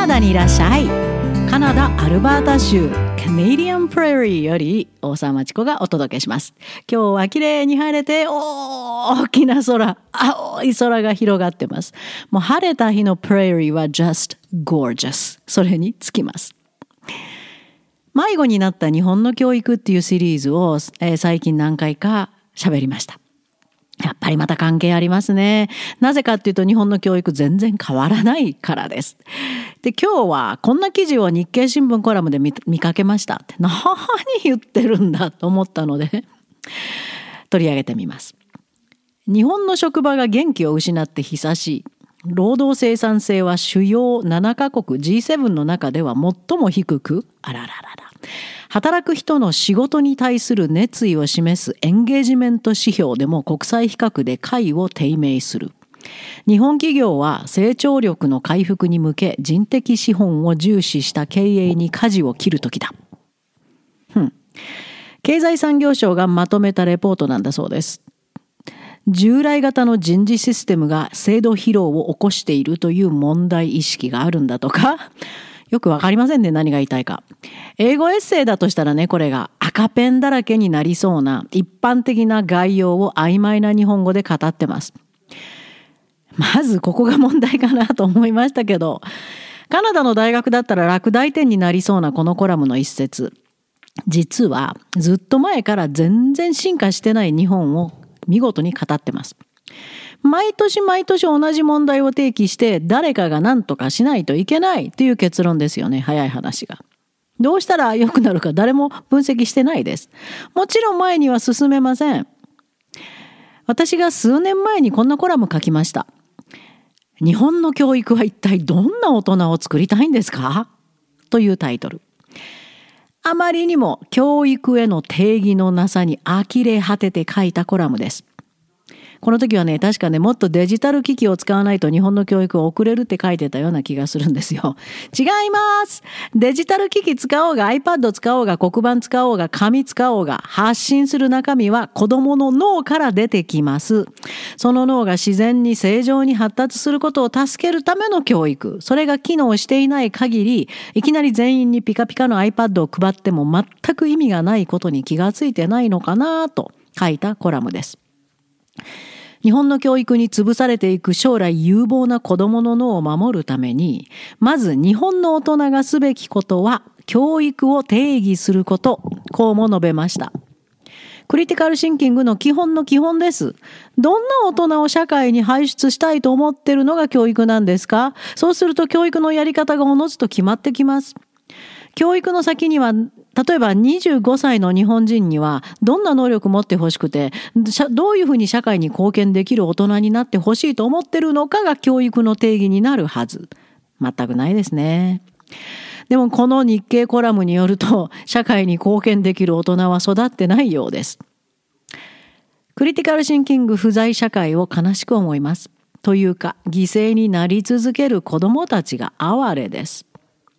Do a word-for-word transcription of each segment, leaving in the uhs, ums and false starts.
ナダにいらっしゃい。カナダアルバータ州Canadian Prairie より大沢まちこがお届けします。今日は綺麗に晴れて大きな空、青い空が広がってます。もう晴れた日の Prairie は just gorgeous。それにつきます。迷子になった日本の教育っていうシリーズを、えー、最近何回か喋りました。やっぱりまた関係ありますね。なぜかっていうと日本の教育全然変わらないからです。で、今日はこんな記事を日経新聞コラムで 見, 見かけましたって。何言ってるんだと思ったので取り上げてみます。日本の職場が元気を失って久しい。労働生産性は主要ななカ国 ジーセブン の中では最も低く、あらららら。働く人の仕事に対する熱意を示すエンゲージメント指標でも国際比較で下位を低迷する。日本企業は成長力の回復に向け人的資本を重視した経営に舵を切る時だ。ふん。経済産業省がまとめたレポートなんだそうです。従来型の人事システムが制度疲労を起こしているという問題意識があるんだとか。よくわかりませんね、何が言いたいか。英語エッセイだとしたらね、これが赤ペンだらけになりそうな一般的な概要を曖昧な日本語で語ってます。まずここが問題かなと思いましたけど、カナダの大学だったら落第点になりそうなこのコラムの一節。実はずっと前から全然進化してない日本を見事に語ってます。毎年毎年同じ問題を提起して誰かが何とかしないといけないという結論ですよね。早い話が。どうしたら良くなるか誰も分析してないです。もちろん前には進めません。私が数年前にこんなコラム書きました。日本の教育は一体どんな大人を作りたいんですか？というタイトル。あまりにも教育への定義のなさに呆れ果てて書いたコラムです。この時はね、確かね、もっとデジタル機器を使わないと日本の教育は遅れるって書いてたような気がするんですよ。違います。デジタル機器使おうが iPad 使おうが黒板使おうが紙使おうが発信する中身は子供の脳から出てきます。その脳が自然に正常に発達することを助けるための教育。それが機能していない限り、いきなり全員にピカピカの iPad を配っても全く意味がないことに気がついてないのかなと書いたコラムです。日本の教育に潰されていく将来有望な子供の脳を守るために、まず日本の大人がすべきことは教育を定義すること、こうも述べました。クリティカルシンキングの基本の基本です。どんな大人を社会に輩出したいと思っているのが教育なんですか？そうすると教育のやり方がおのずと決まってきます。教育の先には、例えばにじゅうごさいの日本人にはどんな能力を持ってほしくて、どういうふうに社会に貢献できる大人になってほしいと思ってるのかが教育の定義になるはず。全くないですね。でもこの日経コラムによると、社会に貢献できる大人は育ってないようです。クリティカルシンキング不在社会を悲しく思います。というか、犠牲になり続ける子どもたちが哀れです。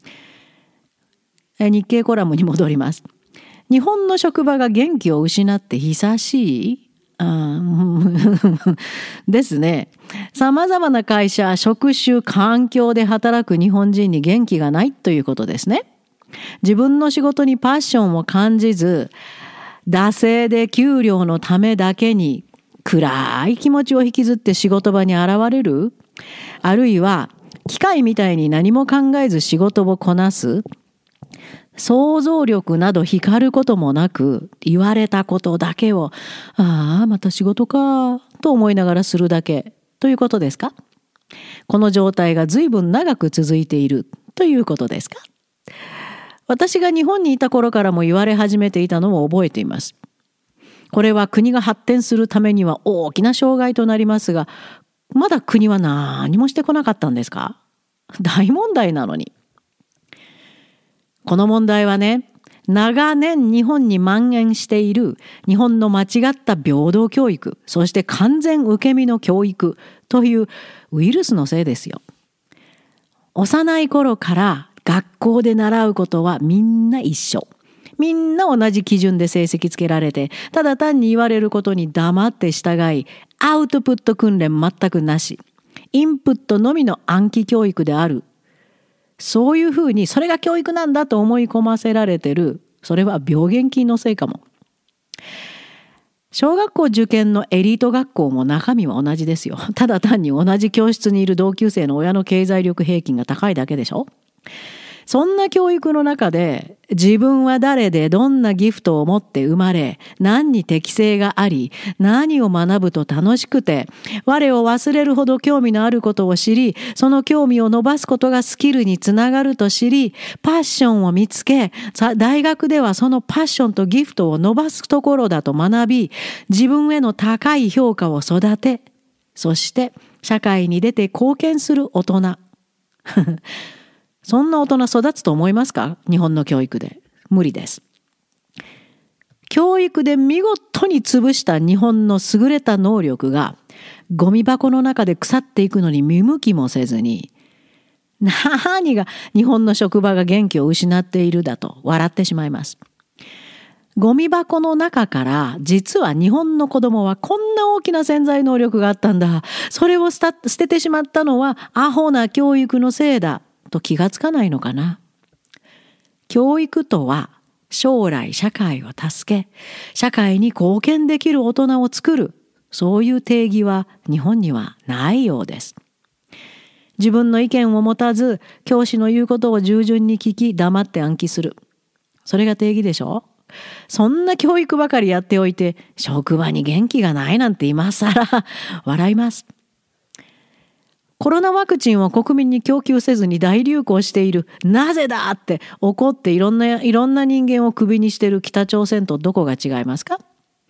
日経コラムに戻ります。日本の職場が元気を失って久しいあですね。様々な会社、職種、環境で働く日本人に元気がないということですね。自分の仕事にパッションを感じず、惰性で給料のためだけに暗い気持ちを引きずって仕事場に現れる、あるいは機械みたいに何も考えず仕事をこなす、想像力など光ることもなく、言われたことだけを、ああ、また仕事か、と思いながらするだけ、ということですか？この状態が随分長く続いている、ということですか？私が日本にいた頃からも言われ始めていたのを覚えています。これは国が発展するためには大きな障害となりますが、まだ国は何もしてこなかったんですか？大問題なのに。この問題はね、長年日本に蔓延している日本の間違った平等教育、そして完全受け身の教育というウイルスのせいですよ。幼い頃から学校で習うことはみんな一緒。みんな同じ基準で成績つけられて、ただ単に言われることに黙って従い、アウトプット訓練全くなし、インプットのみの暗記教育である。 そういうふうにそれが教育なんだと思い込ませられてる、それは病原菌のせいかも。小学校受験のエリート学校も中身は同じですよ。ただ単に同じ教室にいる同級生の親の経済力平均が高いだけでしょ。そんな教育の中で自分は誰でどんなギフトを持って生まれ、何に適性があり、何を学ぶと楽しくて、我を忘れるほど興味のあることを知り、その興味を伸ばすことがスキルにつながると知り、パッションを見つけ、大学ではそのパッションとギフトを伸ばすところだと学び、自分への高い評価を育て、そして社会に出て貢献する大人。そんな大人育つと思いますか？日本の教育で。無理です。教育で見事に潰した日本の優れた能力がゴミ箱の中で腐っていくのに見向きもせずに、何が日本の職場が元気を失っているだと笑ってしまいます。ゴミ箱の中から実は日本の子供はこんな大きな潜在能力があったんだ。それを捨ててしまったのはアホな教育のせいだ。と気がつかないのかな。教育とは将来社会を助け、社会に貢献できる大人を作る、そういう定義は日本にはないようです。自分の意見を持たず、教師の言うことを従順に聞き、黙って暗記する。それが定義でしょ？そんな教育ばかりやっておいて、職場に元気がないなんて今更笑います。コロナワクチンを国民に供給せずに大流行している。なぜだって怒っていろんな、いろんな人間をクビにしている北朝鮮とどこが違いますか？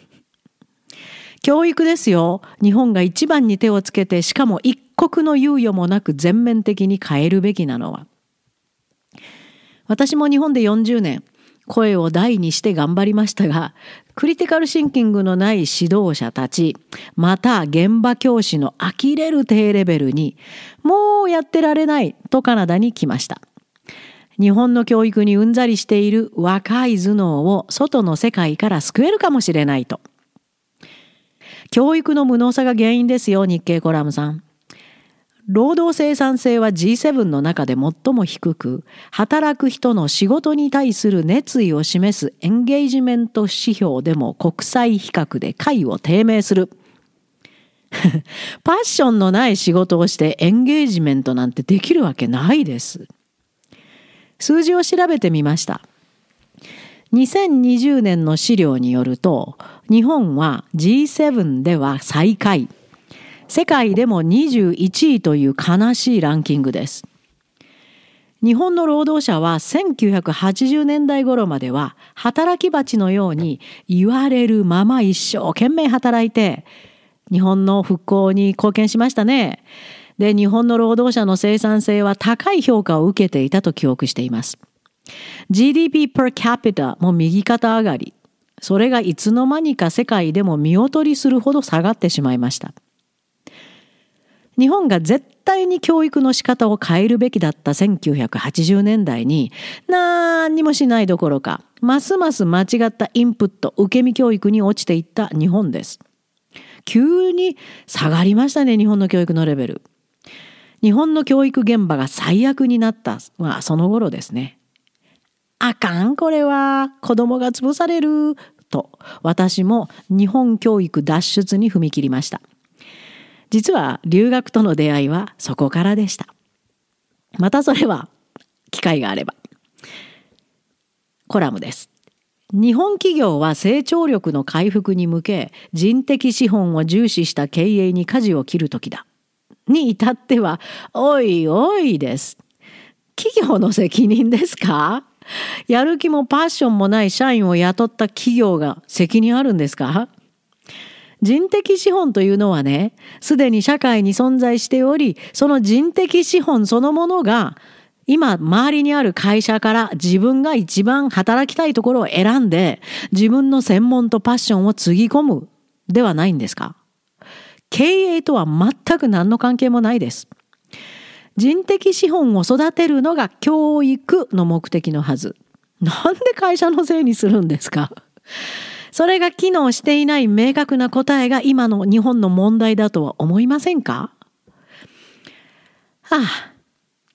教育ですよ。日本が一番に手をつけて、しかも一刻の猶予もなく全面的に変えるべきなのは。私も日本でよんじゅうねん、声を大にして頑張りましたが、クリティカルシンキングのない指導者たち、また現場教師の呆れる低レベルに、もうやってられないとカナダに来ました。日本の教育にうんざりしている若い頭脳を外の世界から救えるかもしれないと。教育の無能さが原因ですよ、日経コラムさん。労働生産性は ジーセブン の中で最も低く、働く人の仕事に対する熱意を示すエンゲージメント指標でも国際比較で下位を低迷する。パッションのない仕事をしてエンゲージメントなんてできるわけないです。数字を調べてみました。にせんにじゅうねんの資料によると、日本は ジーセブン では最下位。世界でもにじゅういちいという悲しいランキングです。日本の労働者はせんきゅうひゃくはちじゅうねんだい頃までは働き蜂のように言われるまま一生懸命働いて日本の復興に貢献しましたね。で、日本の労働者の生産性は高い評価を受けていたと記憶しています。ジーディーピー per capita も右肩上がり。それがいつの間にか世界でも見劣りするほど下がってしまいました。日本が絶対に教育の仕方を変えるべきだったせんきゅうひゃくはちじゅうねんだいに何にもしないどころか、ますます間違ったインプット、受け身教育に落ちていった日本です。急に下がりましたね、日本の教育のレベル。日本の教育現場が最悪になったまあその頃ですね。あかん、これは子供が潰されると私も日本教育脱出に踏み切りました。実は留学との出会いはそこからでした。またそれは機会があれば。コラムです。日本企業は成長力の回復に向け人的資本を重視した経営に舵を切る時だ。に至ってはおいおいです。企業の責任ですか？やる気もパッションもない社員を雇った企業が責任あるんですか？人的資本というのはね、すでに社会に存在しており、その人的資本そのものが今周りにある会社から自分が一番働きたいところを選んで自分の専門とパッションをつぎ込むではないんですか？経営とは全く何の関係もないです。人的資本を育てるのが教育の目的のはず。なんで会社のせいにするんですか？それが機能していない明確な答えが今の日本の問題だとは思いませんか？はあ、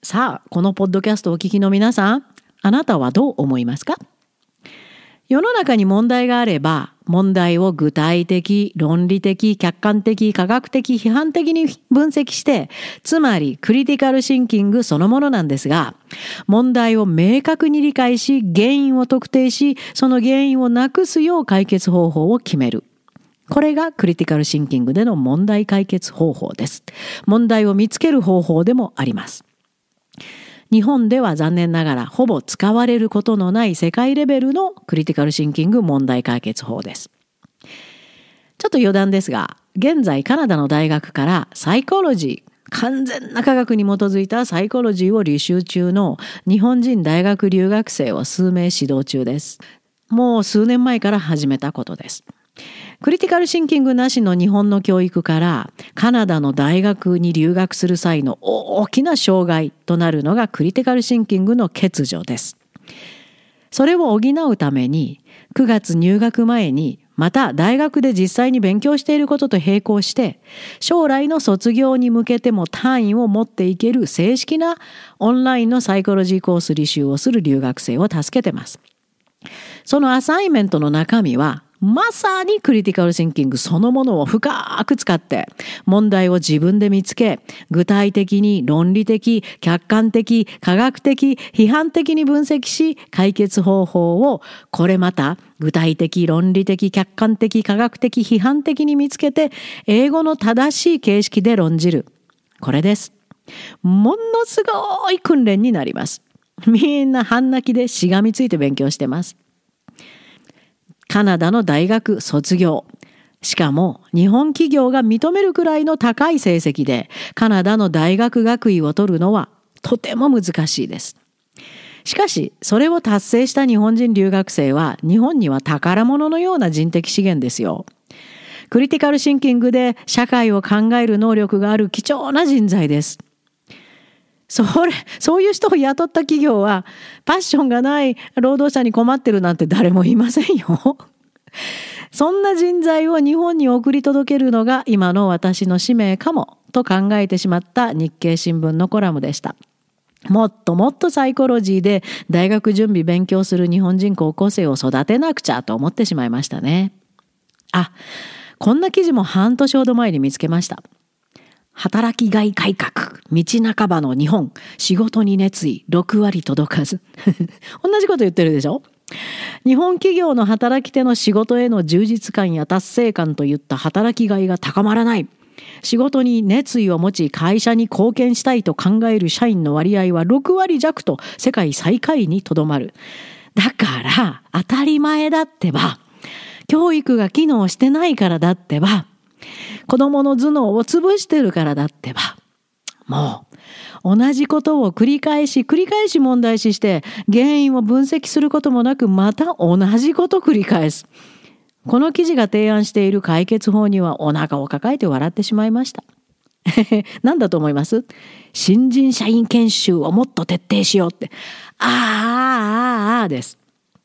さあ、このポッドキャストをお聞きの皆さん、あなたはどう思いますか？世の中に問題があれば、問題を具体的、論理的、客観的、科学的、批判的に分析して、つまりクリティカルシンキングそのものなんですが、問題を明確に理解し、原因を特定し、その原因をなくすよう解決方法を決める。これがクリティカルシンキングでの問題解決方法です。問題を見つける方法でもあります。日本では残念ながらほぼ使われることのない世界レベルのクリティカルシンキング問題解決法です。ちょっと余談ですが、現在カナダの大学からサイコロジー、完全な科学に基づいたサイコロジーを履修中の日本人大学留学生を数名指導中です。もう数年前から始めたことです。クリティカルシンキングなしの日本の教育からカナダの大学に留学する際の大きな障害となるのがクリティカルシンキングの欠如です。それを補うためにくがつ入学前にまた大学で実際に勉強していることと並行して将来の卒業に向けても単位を持っていける正式なオンラインのサイコロジーコース履修をする留学生を助けてます。そのアサイメントの中身はまさにクリティカルシンキングそのものを深く使って問題を自分で見つけ、具体的に論理的、客観的、科学的、批判的に分析し、解決方法をこれまた具体的、論理的、客観的、科学的、批判的に見つけて英語の正しい形式で論じる。これです。ものすごい訓練になります。みんな半泣きでしがみついて勉強してます。カナダの大学卒業。しかも日本企業が認めるくらいの高い成績でカナダの大学学位を取るのはとても難しいです。しかしそれを達成した日本人留学生は日本には宝物のような人的資源ですよ。クリティカルシンキングで社会を考える能力がある貴重な人材です。それ、そういう人を雇った企業はパッションがない労働者に困ってるなんて誰もいませんよ。そんな人材を日本に送り届けるのが今の私の使命かもと考えてしまった日経新聞のコラムでした。もっともっとサイコロジーで大学準備勉強する日本人高校生を育てなくちゃと思ってしまいましたね。あ、こんな記事も半年ほど前に見つけました。働きがい改革、道半ばの日本、仕事に熱意、ろくわり届かず。同じこと言ってるでしょ？日本企業の働き手の仕事への充実感や達成感といった働きがいが高まらない。仕事に熱意を持ち会社に貢献したいと考える社員の割合はろくわり弱と世界最下位にとどまる。だから当たり前だってば、教育が機能してないからだってば、子供の頭脳を潰してるからだってば、もう同じことを繰り返し繰り返し問題視して原因を分析することもなくまた同じことを繰り返す。この記事が提案している解決法にはお腹を抱えて笑ってしまいました。何だと思います？新人社員研修をもっと徹底しようって。あーあーあーです。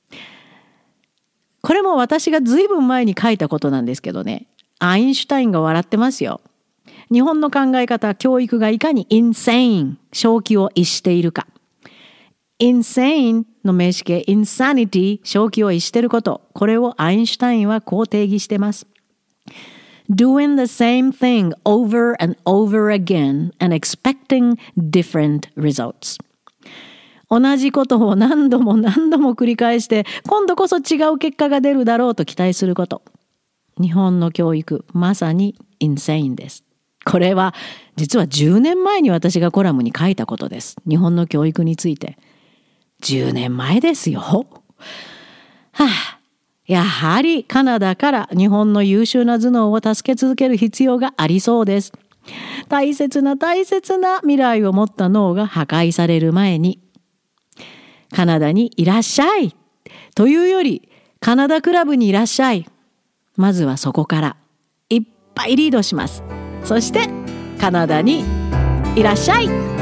これも私がずいぶん前に書いたことなんですけどね。アインシュタインが笑ってますよ。日本の考え方、教育がいかに insane、正気を逸しているか。insane の名詞形、insanity、正気を逸していること。これをアインシュタインはこう定義してます。Doing the same thing over and over again and expecting different results。同じことを何度も何度も繰り返して、今度こそ違う結果が出るだろうと期待すること。日本の教育、まさに insane です。これは実はじゅうねんまえに私がコラムに書いたことです。日本の教育について。じゅうねんまえですよ。はあ、やはりカナダから日本の優秀な頭脳を助け続ける必要がありそうです。大切な大切な未来を持った脳が破壊される前に、カナダにいらっしゃいというより、カナダクラブにいらっしゃい。まずはそこからいっぱいリードします。そしてカナダにいらっしゃい。